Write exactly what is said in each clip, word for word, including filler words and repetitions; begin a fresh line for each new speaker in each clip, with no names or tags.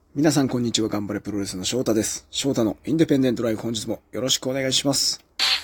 皆さんこんにちは。頑張れプロレスの翔太です。翔太のインディペンデントライフ、本日もよろしくお願いします。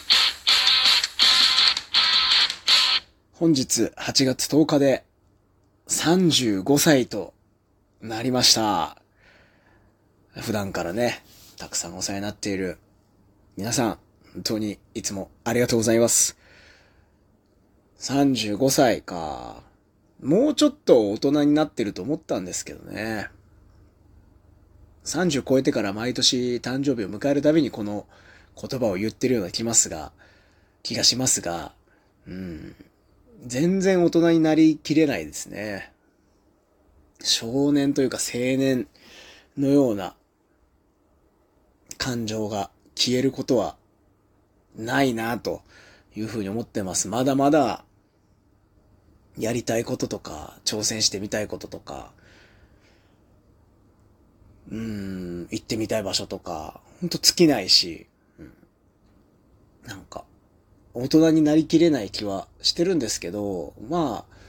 本日はちがつとおかでさんじゅうごさいとなりました。普段からね、たくさんお世話になっている皆さん、本当にいつもありがとうございます。さんじゅうごさいか。もうちょっと大人になってると思ったんですけどね。さんじゅう超えてから毎年誕生日を迎えるたびにこの言葉を言ってるような気ますが、気がしますが、うん、全然大人になりきれないですね。少年というか青年のような感情が消えることはないなというふうに思ってます。まだまだやりたいこととか、挑戦してみたいこととか、うーん、行ってみたい場所とか、ほんと尽きないし、うん、なんか、大人になりきれない気はしてるんですけど、まあ、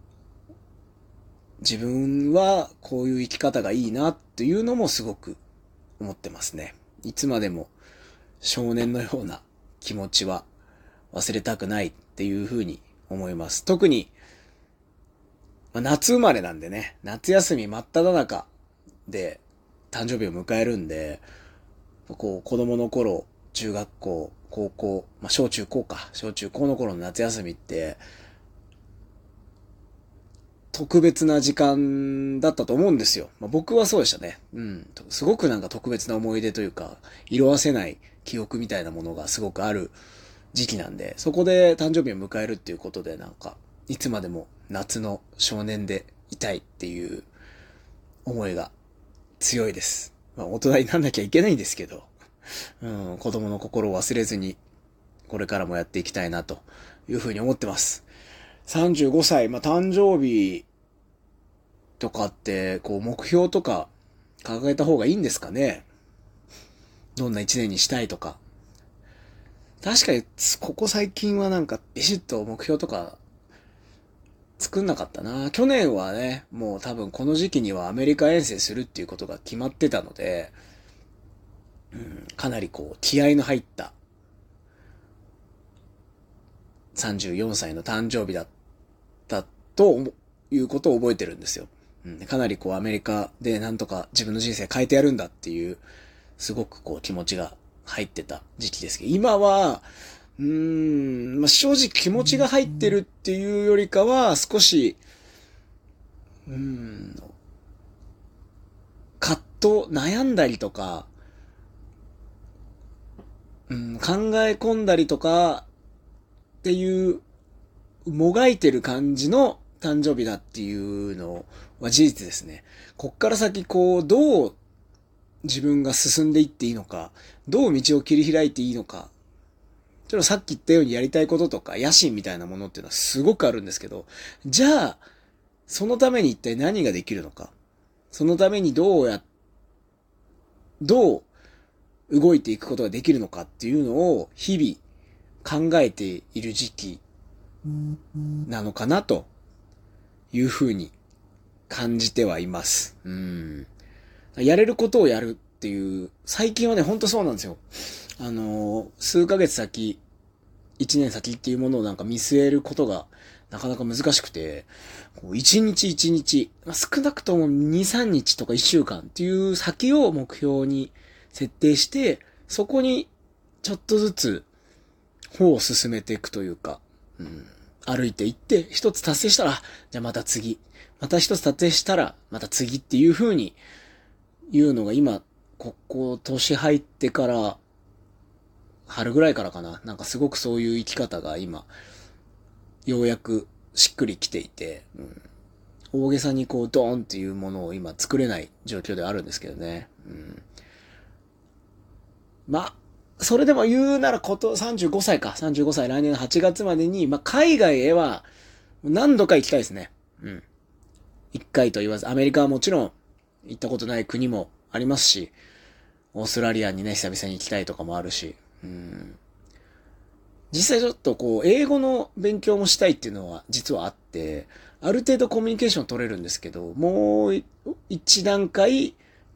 自分はこういう生き方がいいなっていうのもすごく思ってますね。いつまでも少年のような気持ちは忘れたくないっていうふうに思います。特に、まあ、夏生まれなんでね、夏休み真っ只中で誕生日を迎えるんで、こう子供の頃、中学校、高校、まあ小中高か、小中高の頃の夏休みって、特別な時間だったと思うんですよ。まあ、僕はそうでしたね。うん。すごくなんか特別な思い出というか、色褪せない記憶みたいなものがすごくある時期なんで、そこで誕生日を迎えるっていうことでなんか、いつまでも夏の少年でいたいっていう思いが強いです。まあ大人になんなきゃいけないんですけど、うん、子供の心を忘れずに、これからもやっていきたいなというふうに思ってます。さんじゅうごさい、まあ誕生日とかって、こう目標とか掲げた方がいいんですかね。どんな一年にしたいとか。確かに、ここ最近はなんかビシッと目標とか作んなかったな。去年はね、もう多分この時期にはアメリカ遠征するっていうことが決まってたので、うん、かなりこう気合の入ったさんじゅうよんさいの誕生日だったということを覚えてるんですよ。うん、かなりこうアメリカでなんとか自分の人生変えてやるんだっていう、すごくこう気持ちが入ってた時期ですけど、今は、うーん、まあ、正直気持ちが入ってるっていうよりかは、少し、うーん、葛藤、悩んだりとか、うん、考え込んだりとかっていう、もがいてる感じの誕生日だっていうのは事実ですね。こっから先こう、どう自分が進んでいっていいのか、どう道を切り開いていいのか、ちょっとさっき言ったようにやりたいこととか野心みたいなものっていうのはすごくあるんですけど、じゃあ、そのために一体何ができるのか。そのためにどうや、どう動いていくことができるのかっていうのを日々考えている時期なのかなというふうに感じてはいます。うん。やれることをやるっていう、最近はね、ほんとそうなんですよ。あの、数ヶ月先、一年先っていうものをなんか見据えることがなかなか難しくて、こう一日一日、まあ、少なくともに、さんにちとかいっしゅうかんっていう先を目標に設定して、そこにちょっとずつ歩を進めていくというか、うん、歩いていって、一つ達成したら、じゃあまた次。また一つ達成したら、また次っていう風に言うのが今、ここ年入ってから、春ぐらいからかな。なんかすごくそういう生き方が今、ようやくしっくりきていて、うん、大げさにこうドーンっていうものを今作れない状況ではあるんですけどね。うん、まあ、それでも言うならことさんじゅうごさいか。さんじゅうごさい来年のはちがつまでに、まあ海外へは何度か行きたいですね。うん。一回と言わず、アメリカはもちろん行ったことない国もありますし、オーストラリアにね、久々に行きたいとかもあるし、うん。実際ちょっとこう、英語の勉強もしたいっていうのは実はあって、ある程度コミュニケーション取れるんですけど、もう一段階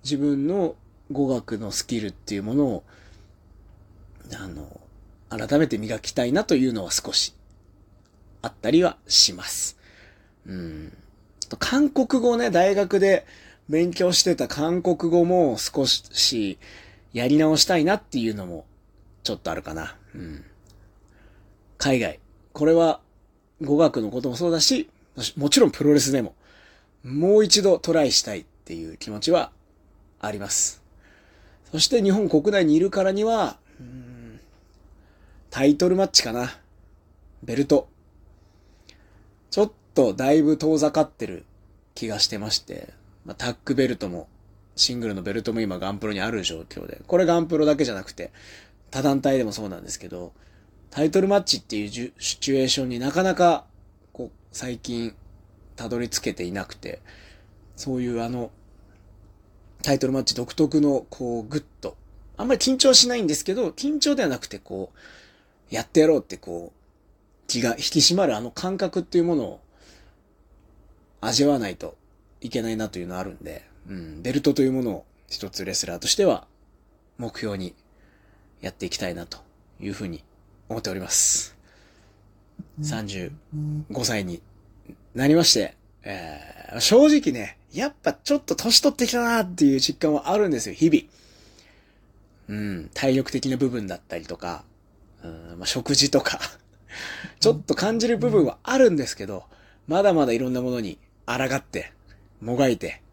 自分の語学のスキルっていうものを、あの、改めて磨きたいなというのは少しあったりはします。うん。韓国語ね、大学で勉強してた韓国語も少しやり直したいなっていうのもちょっとあるかな。うん。海外。これは語学のこともそうだし、もちろんプロレスでももう一度トライしたいっていう気持ちはあります。そして日本国内にいるからには、うーん、タイトルマッチかな。ベルト。ちょっとだいぶ遠ざかってる気がしてまして、まあ、タッグベルトもシングルのベルトも今ガンプロにある状況で、これガンプロだけじゃなくて他団体でもそうなんですけど、タイトルマッチっていうシチュエーションになかなかこう最近たどり着けていなくて、そういうあのタイトルマッチ独特のこうグッと、あんまり緊張しないんですけど、緊張ではなくてこうやってやろうってこう気が引き締まるあの感覚っていうものを味わわないといけないなというのはあるんで、うん、ベルトというものを一つレスラーとしては目標にやっていきたいなというふうに思っております。さんじゅうごさいになりまして、えー、正直ね、やっぱちょっと年取ってきたなっていう実感はあるんですよ、日々。うん、体力的な部分だったりとか、うんまあ、食事とか、ちょっと感じる部分はあるんですけど、まだまだいろんなものに抗って、もがいて、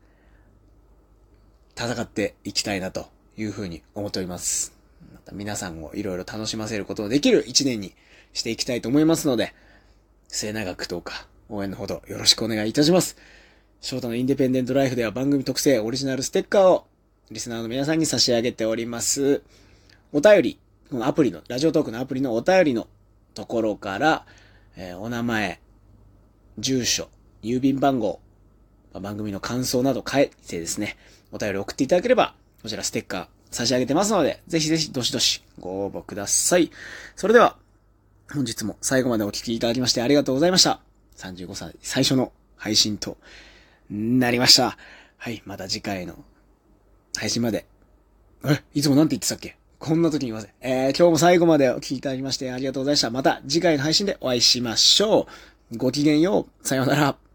戦っていきたいなというふうに思っております。また皆さんをいろいろ楽しませることのできる一年にしていきたいと思いますので、末永くどうか応援のほどよろしくお願いいたします。翔太のインディペンデントライフでは番組特製オリジナルステッカーをリスナーの皆さんに差し上げております。お便り、このアプリの、ラジオトークのアプリのお便りのところから、えー、お名前、住所、郵便番号、番組の感想など書いてですね、お便り送っていただければ、こちらステッカー差し上げてますので、ぜひぜひどしどしご応募ください。それでは、本日も最後までお聞きいただきましてありがとうございました。さんじゅうごさい最初の配信となりました。はい、また次回の配信まで。え、いつもなんて言ってたっけ？こんな時に言いません。えー、今日も最後までお聞きいただきましてありがとうございました。また次回の配信でお会いしましょう。ごきげんよう。さようなら。